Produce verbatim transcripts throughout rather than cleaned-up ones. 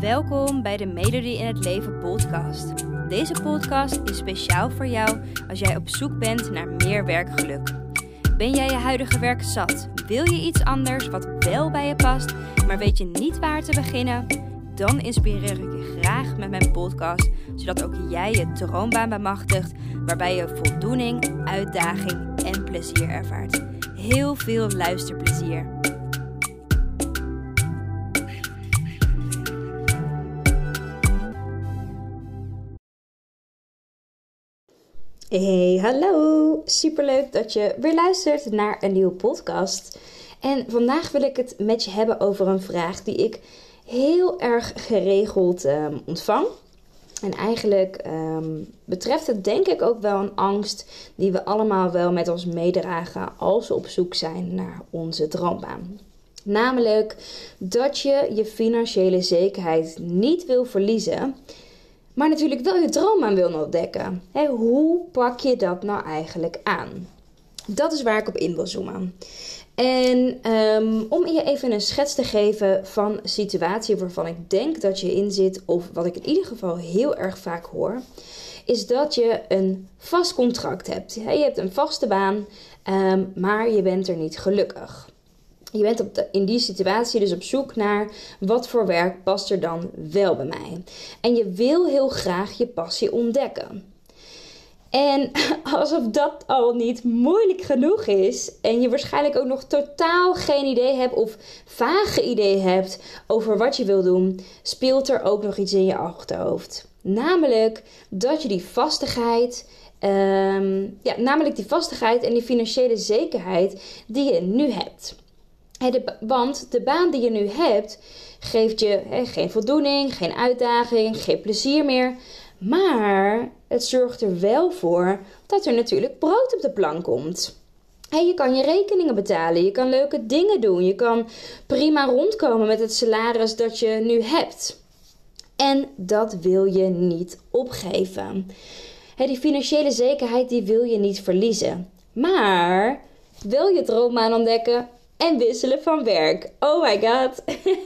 Welkom bij de Melodie in het Leven podcast. Deze podcast is speciaal voor jou als jij op zoek bent naar meer werkgeluk. Ben jij je huidige werk zat? Wil je iets anders wat wel bij je past, maar weet je niet waar te beginnen? Dan inspireer ik je graag met mijn podcast, zodat ook jij je droombaan bemachtigt, waarbij je voldoening, uitdaging en plezier ervaart. Heel veel luisterplezier. Hey, hallo! Superleuk dat je weer luistert naar een nieuwe podcast. En vandaag wil ik het met je hebben over een vraag die ik heel erg geregeld um, ontvang. En eigenlijk um, betreft het denk ik ook wel een angst die we allemaal wel met ons meedragen als we op zoek zijn naar onze droombaan. Namelijk dat je je financiële zekerheid niet wil verliezen, maar natuurlijk wel je droombaan wil ontdekken. He, hoe pak je dat nou eigenlijk aan? Dat is waar ik op in wil zoomen. En um, om je even een schets te geven van een situatie waarvan ik denk dat je in zit, of wat ik in ieder geval heel erg vaak hoor, is dat je een vast contract hebt. He, je hebt een vaste baan, um, maar je bent er niet gelukkig. Je bent op de, in die situatie dus op zoek naar wat voor werk past er dan wel bij mij. En je wil heel graag je passie ontdekken. En alsof dat al niet moeilijk genoeg is en je waarschijnlijk ook nog totaal geen idee hebt of vage idee hebt over wat je wil doen, speelt er ook nog iets in je achterhoofd. Namelijk dat je die vastigheid, um, ja, namelijk die vastigheid en die financiële zekerheid die je nu hebt. He, de, want de baan die je nu hebt geeft je he, geen voldoening, geen uitdaging, geen plezier meer. Maar het zorgt er wel voor dat er natuurlijk brood op de plank komt. He, je kan je rekeningen betalen, je kan leuke dingen doen, je kan prima rondkomen met het salaris dat je nu hebt. En dat wil je niet opgeven. He, die financiële zekerheid die wil je niet verliezen. Maar wil je droombaan ontdekken en wisselen van werk. Oh my god.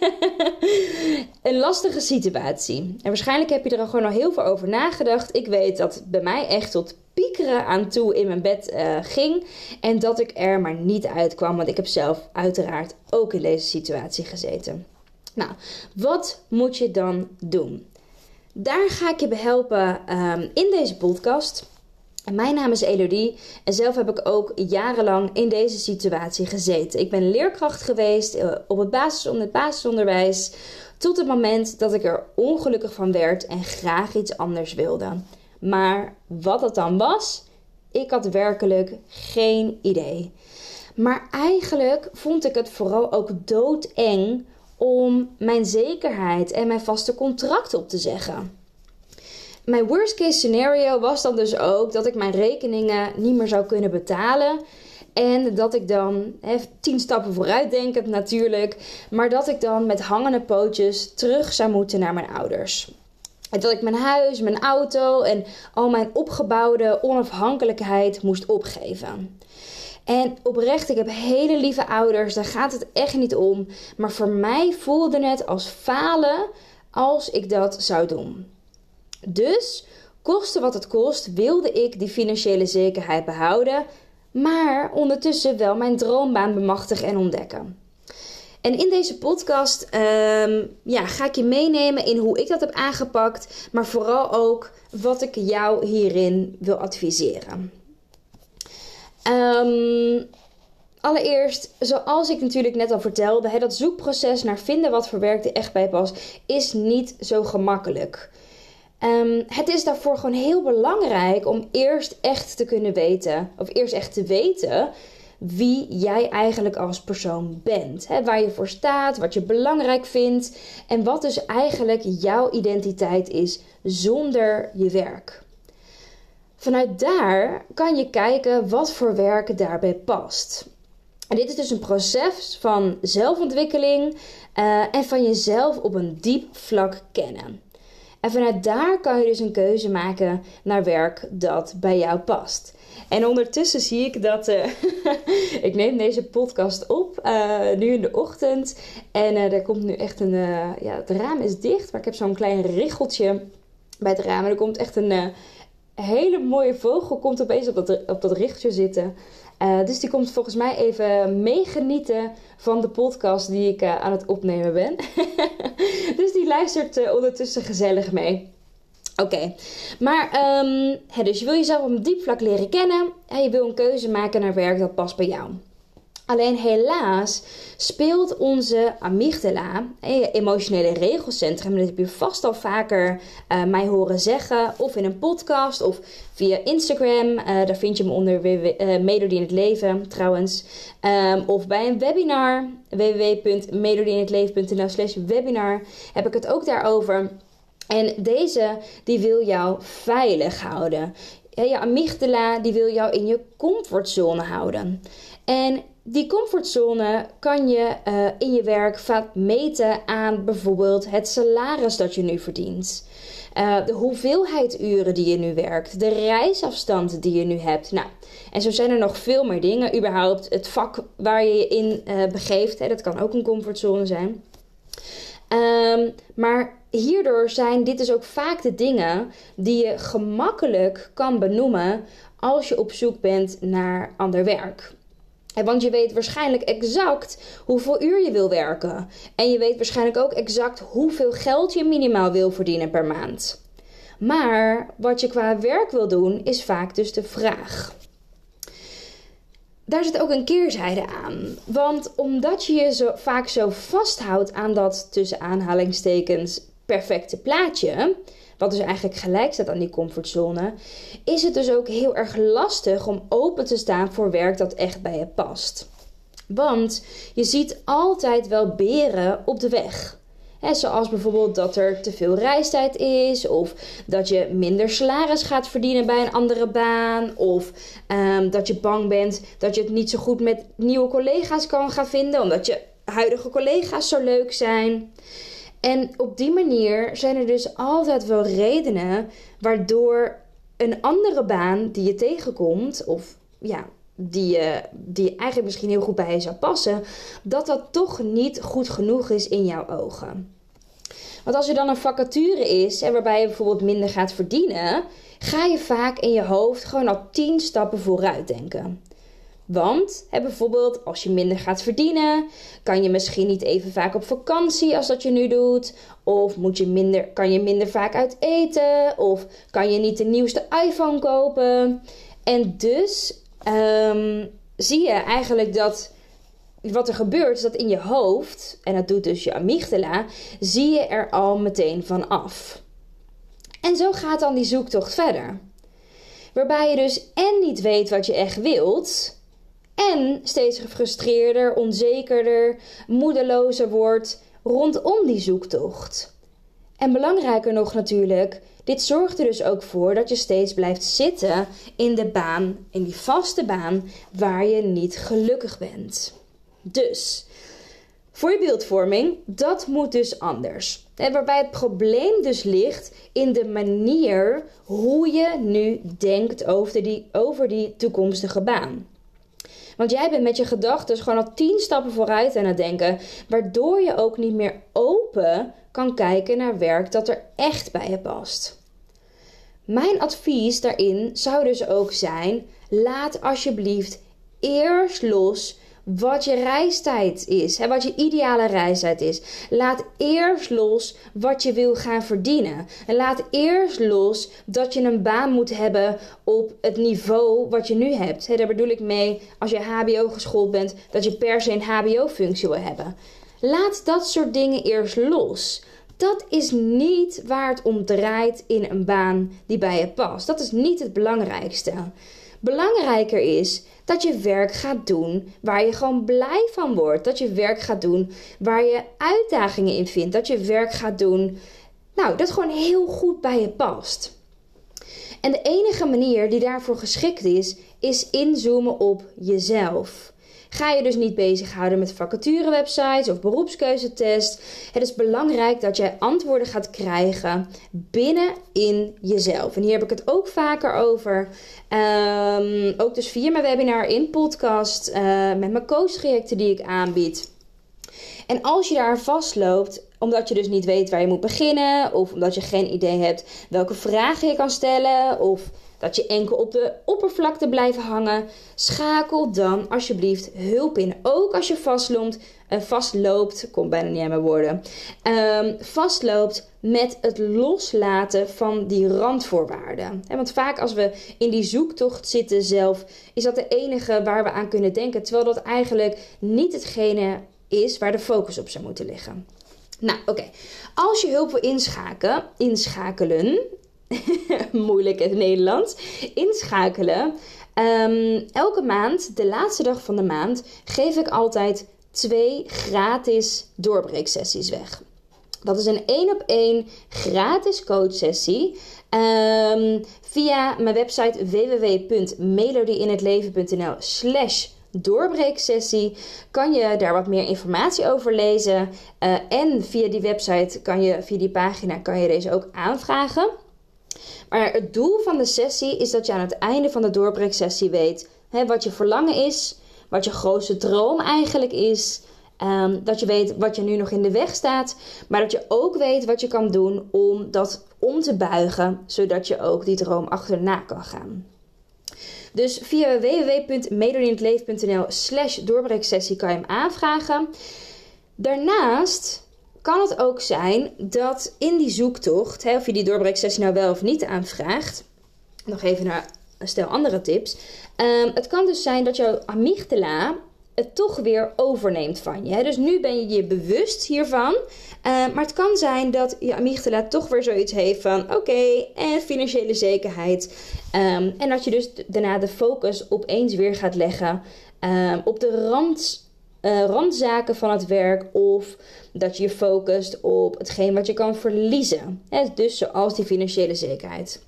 Een lastige situatie. En waarschijnlijk heb je er al gewoon al heel veel over nagedacht. Ik weet dat het bij mij echt tot piekeren aan toe in mijn bed uh, ging. En dat ik er maar niet uitkwam. Want ik heb zelf uiteraard ook in deze situatie gezeten. Nou, wat moet je dan doen? Daar ga ik je bij helpen um, in deze podcast. Mijn naam is Elodie en zelf heb ik ook jarenlang in deze situatie gezeten. Ik ben leerkracht geweest op het, basis, op het basisonderwijs tot het moment dat ik er ongelukkig van werd en graag iets anders wilde. Maar wat het dan was, ik had werkelijk geen idee. Maar eigenlijk vond ik het vooral ook doodeng om mijn zekerheid en mijn vaste contract op te zeggen. Mijn worst case scenario was dan dus ook dat ik mijn rekeningen niet meer zou kunnen betalen. En dat ik dan, he, tien stappen vooruit denkend natuurlijk, maar dat ik dan met hangende pootjes terug zou moeten naar mijn ouders. En dat ik mijn huis, mijn auto en al mijn opgebouwde onafhankelijkheid moest opgeven. En oprecht, ik heb hele lieve ouders, daar gaat het echt niet om. Maar voor mij voelde het als falen als ik dat zou doen. Dus, koste wat het kost, wilde ik die financiële zekerheid behouden, maar ondertussen wel mijn droombaan bemachtigen en ontdekken. En in deze podcast um, ja, ga ik je meenemen in hoe ik dat heb aangepakt, maar vooral ook wat ik jou hierin wil adviseren. Um, Allereerst, zoals ik natuurlijk net al vertelde, hè, dat zoekproces naar vinden wat voor werk er echt bij past, is niet zo gemakkelijk. Um, het is daarvoor gewoon heel belangrijk om eerst echt te kunnen weten, of eerst echt te weten wie jij eigenlijk als persoon bent. Hè, waar je voor staat, wat je belangrijk vindt en wat dus eigenlijk jouw identiteit is zonder je werk. Vanuit daar kan je kijken wat voor werk daarbij past. En dit is dus een proces van zelfontwikkeling uh, en van jezelf op een diep vlak kennen. En vanuit daar kan je dus een keuze maken naar werk dat bij jou past. En ondertussen zie ik dat... Uh, ik neem deze podcast op op, uh, nu in de ochtend. En uh, er komt nu echt een... Uh, ja, het raam is dicht, maar ik heb zo'n klein richeltje bij het raam. En er komt echt een uh, hele mooie vogel, komt opeens op dat, op dat richeltje zitten. Uh, dus die komt volgens mij even meegenieten van de podcast die ik uh, aan het opnemen ben. Dus die luistert uh, ondertussen gezellig mee. Oké, okay. maar um, hè, dus je wil jezelf op een diep vlak leren kennen en je wil een keuze maken naar werk dat past bij jou. Alleen helaas speelt onze amygdala, je emotionele regelcentrum, dat heb je vast al vaker uh, mij horen zeggen, of in een podcast of via Instagram, uh, daar vind je me onder uh, Melodie in het Leven trouwens, um, of bij een webinar, w w w punt melodie in het leven punt n l slash webinar, heb ik het ook daarover. En deze, die wil jou veilig houden. Ja, je amygdala, die wil jou in je comfortzone houden. En die comfortzone kan je uh, in je werk vaak meten aan bijvoorbeeld het salaris dat je nu verdient. Uh, de hoeveelheid uren die je nu werkt. De reisafstand die je nu hebt. Nou, en zo zijn er nog veel meer dingen. Überhaupt het vak waar je je in uh, begeeft. Hè, dat kan ook een comfortzone zijn. Um, maar hierdoor zijn dit dus ook vaak de dingen die je gemakkelijk kan benoemen als je op zoek bent naar ander werk. Want je weet waarschijnlijk exact hoeveel uur je wil werken. En je weet waarschijnlijk ook exact hoeveel geld je minimaal wil verdienen per maand. Maar wat je qua werk wil doen is vaak dus de vraag. Daar zit ook een keerzijde aan. Want omdat je je zo vaak zo vasthoudt aan dat tussen aanhalingstekens perfecte plaatje, wat dus eigenlijk gelijk staat aan die comfortzone, is het dus ook heel erg lastig om open te staan voor werk dat echt bij je past. Want je ziet altijd wel beren op de weg. He, zoals bijvoorbeeld dat er te veel reistijd is, of dat je minder salaris gaat verdienen bij een andere baan, of um, dat je bang bent dat je het niet zo goed met nieuwe collega's kan gaan vinden, omdat je huidige collega's zo leuk zijn. En op die manier zijn er dus altijd wel redenen waardoor een andere baan die je tegenkomt, of ja, die, uh, die eigenlijk misschien heel goed bij je zou passen, dat dat toch niet goed genoeg is in jouw ogen. Want als er dan een vacature is en waarbij je bijvoorbeeld minder gaat verdienen, ga je vaak in je hoofd gewoon al tien stappen vooruit denken. Want hè, bijvoorbeeld als je minder gaat verdienen, kan je misschien niet even vaak op vakantie als dat je nu doet. Of moet je minder, kan je minder vaak uit eten. Of kan je niet de nieuwste iPhone kopen. En dus um, zie je eigenlijk dat wat er gebeurt is dat in je hoofd, en dat doet dus je amygdala, zie je er al meteen van af. En zo gaat dan die zoektocht verder. Waarbij je dus en niet weet wat je echt wilt, en steeds gefrustreerder, onzekerder, moedelozer wordt rondom die zoektocht. En belangrijker nog natuurlijk, dit zorgt er dus ook voor dat je steeds blijft zitten in de baan, in die vaste baan, waar je niet gelukkig bent. Dus, voor je beeldvorming, dat moet dus anders. En waarbij het probleem dus ligt in de manier hoe je nu denkt over die, over die toekomstige baan. Want jij bent met je gedachten gewoon al tien stappen vooruit aan het denken, waardoor je ook niet meer open kan kijken naar werk dat er echt bij je past. Mijn advies daarin zou dus ook zijn, laat alsjeblieft eerst los wat je reistijd is, hè, wat je ideale reistijd is. Laat eerst los wat je wil gaan verdienen. En laat eerst los dat je een baan moet hebben op het niveau wat je nu hebt. Hè, daar bedoel ik mee, als je H B O geschoold bent, dat je per se een H B O-functie wil hebben. Laat dat soort dingen eerst los. Dat is niet waar het om draait in een baan die bij je past. Dat is niet het belangrijkste. Belangrijker is dat je werk gaat doen waar je gewoon blij van wordt. Dat je werk gaat doen waar je uitdagingen in vindt. Dat je werk gaat doen, nou, dat gewoon heel goed bij je past. En de enige manier die daarvoor geschikt is, is inzoomen op jezelf. Ga je dus niet bezighouden met vacaturewebsites of beroepskeuzetest. Het is belangrijk dat jij antwoorden gaat krijgen binnenin jezelf. En hier heb ik het ook vaker over. Um, ook dus via mijn webinar, in podcast, uh, met mijn coachtrajecten die ik aanbied. En als je daar vastloopt, omdat je dus niet weet waar je moet beginnen, of omdat je geen idee hebt welke vragen je kan stellen, of dat je enkel op de oppervlakte blijft hangen, schakel dan alsjeblieft hulp in. Ook als je vastloopt, uh, vastloopt, komt bijna niet aan mijn woorden, um, vastloopt met het loslaten van die randvoorwaarden. He, want vaak als we in die zoektocht zitten zelf, is dat de enige waar we aan kunnen denken, terwijl dat eigenlijk niet hetgene is waar de focus op zou moeten liggen. Nou, oké. Okay. Als je hulp wil inschakelen, inschakelen, moeilijk in het Nederlands, inschakelen. Um, elke maand, de laatste dag van de maand, geef ik altijd twee gratis doorbreeksessies weg. Dat is een één op één gratis coachsessie. Um, via mijn website w w w punt melodieinhetleven punt n l slash doorbreeksessie kan je daar wat meer informatie over lezen. Uh, en via die website, kan je, via die pagina, kan je deze ook aanvragen. Maar het doel van de sessie is dat je aan het einde van de doorbreeksessie weet hè, wat je verlangen is, wat je grootste droom eigenlijk is. Um, dat je weet wat je nu nog in de weg staat, maar dat je ook weet wat je kan doen om dat om te buigen, zodat je ook die droom achterna kan gaan. Dus via w w w punt melodieinhetleven punt n l slash doorbreeksessie kan je hem aanvragen. Daarnaast kan het ook zijn dat in die zoektocht, hè, of je die doorbreeksessie nou wel of niet aanvraagt, nog even naar een stel andere tips. Um, het kan dus zijn dat jouw amygdala het toch weer overneemt van je. Hè. Dus nu ben je je bewust hiervan. Uh, maar het kan zijn dat je amygdala toch weer zoiets heeft van oké, okay, en financiële zekerheid. Um, en dat je dus daarna de focus opeens weer gaat leggen um, op de rand, uh, randzaken van het werk. Of dat je je focust op hetgeen wat je kan verliezen. Hè. Dus zoals die financiële zekerheid.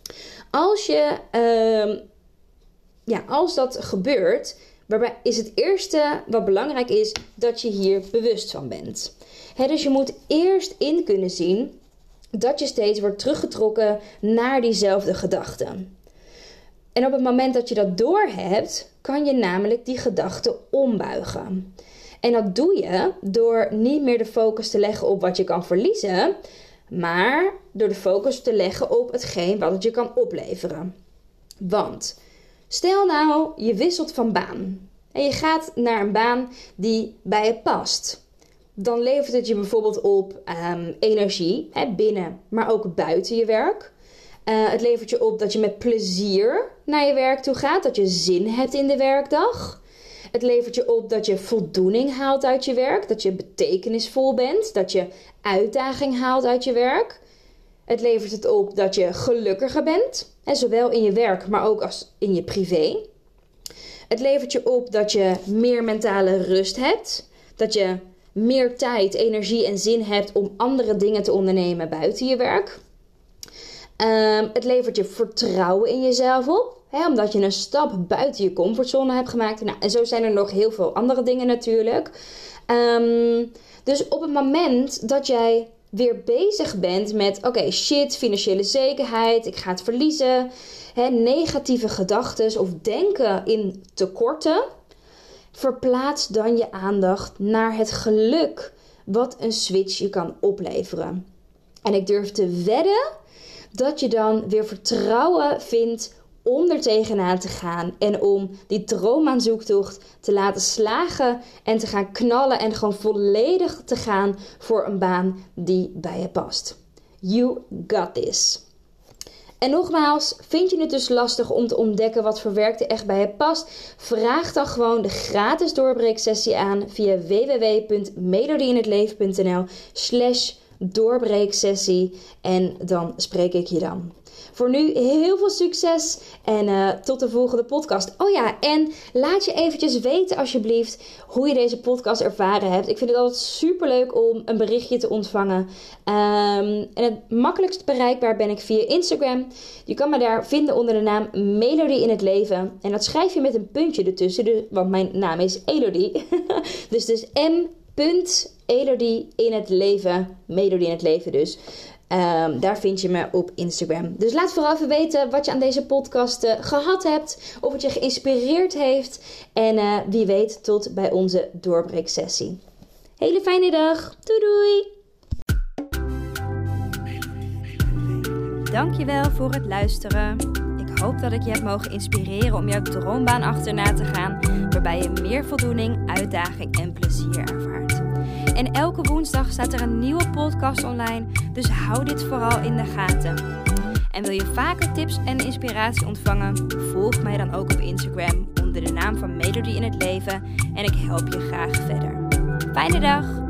Als je, um, ja, als dat gebeurt, waarbij is het eerste wat belangrijk is dat je hier bewust van bent. He, dus je moet eerst in kunnen zien dat je steeds wordt teruggetrokken naar diezelfde gedachten. En op het moment dat je dat doorhebt, kan je namelijk die gedachten ombuigen. En dat doe je door niet meer de focus te leggen op wat je kan verliezen, maar door de focus te leggen op hetgeen wat het je kan opleveren. Want stel nou, je wisselt van baan en je gaat naar een baan die bij je past. Dan levert het je bijvoorbeeld op um, energie, hè, binnen, maar ook buiten je werk. Uh, het levert je op dat je met plezier naar je werk toe gaat, dat je zin hebt in de werkdag. Het levert je op dat je voldoening haalt uit je werk, dat je betekenisvol bent, dat je uitdaging haalt uit je werk. Het levert het op dat je gelukkiger bent, hè, zowel in je werk, maar ook als in je privé. Het levert je op dat je meer mentale rust hebt, dat je meer tijd, energie en zin hebt om andere dingen te ondernemen buiten je werk. Um, het levert je vertrouwen in jezelf op, hè, omdat je een stap buiten je comfortzone hebt gemaakt. Nou, en zo zijn er nog heel veel andere dingen natuurlijk. Um, dus op het moment dat jij weer bezig bent met oké, okay, shit, financiële zekerheid, ik ga het verliezen, hè, negatieve gedachten of denken in tekorten, verplaats dan je aandacht naar het geluk wat een switch je kan opleveren. En ik durf te wedden dat je dan weer vertrouwen vindt om er tegenaan te gaan en om die droomaanzoektocht te laten slagen en te gaan knallen en gewoon volledig te gaan voor een baan die bij je past. You got this. En nogmaals, vind je het dus lastig om te ontdekken wat voor werk er echt bij je past? Vraag dan gewoon de gratis doorbreeksessie aan via w w w punt melodieinhetleven punt n l slash doorbreeksessie en dan spreek ik je dan. Voor nu heel veel succes en uh, tot de volgende podcast. Oh ja, en laat je eventjes weten alsjeblieft hoe je deze podcast ervaren hebt. Ik vind het altijd super leuk om een berichtje te ontvangen. Um, en het makkelijkst bereikbaar ben ik via Instagram. Je kan me daar vinden onder de naam Melodie in het Leven. En dat schrijf je met een puntje ertussen, dus, want mijn naam is Elodie. dus dus M. Elodie in het Leven. Melodie in het Leven dus. Um, daar vind je me op Instagram. Dus laat vooral even weten wat je aan deze podcast uh, gehad hebt. Of het je geïnspireerd heeft. En uh, wie weet tot bij onze doorbreeksessie. Hele fijne dag. Doei doei. Dankjewel voor het luisteren. Ik hoop dat ik je heb mogen inspireren om jouw droombaan achterna te gaan. Waarbij je meer voldoening, uitdaging en plezier ervaart. En elke woensdag staat er een nieuwe podcast online, dus hou dit vooral in de gaten. En wil je vaker tips en inspiratie ontvangen? Volg mij dan ook op Instagram onder de naam van Melodie in het Leven en ik help je graag verder. Fijne dag!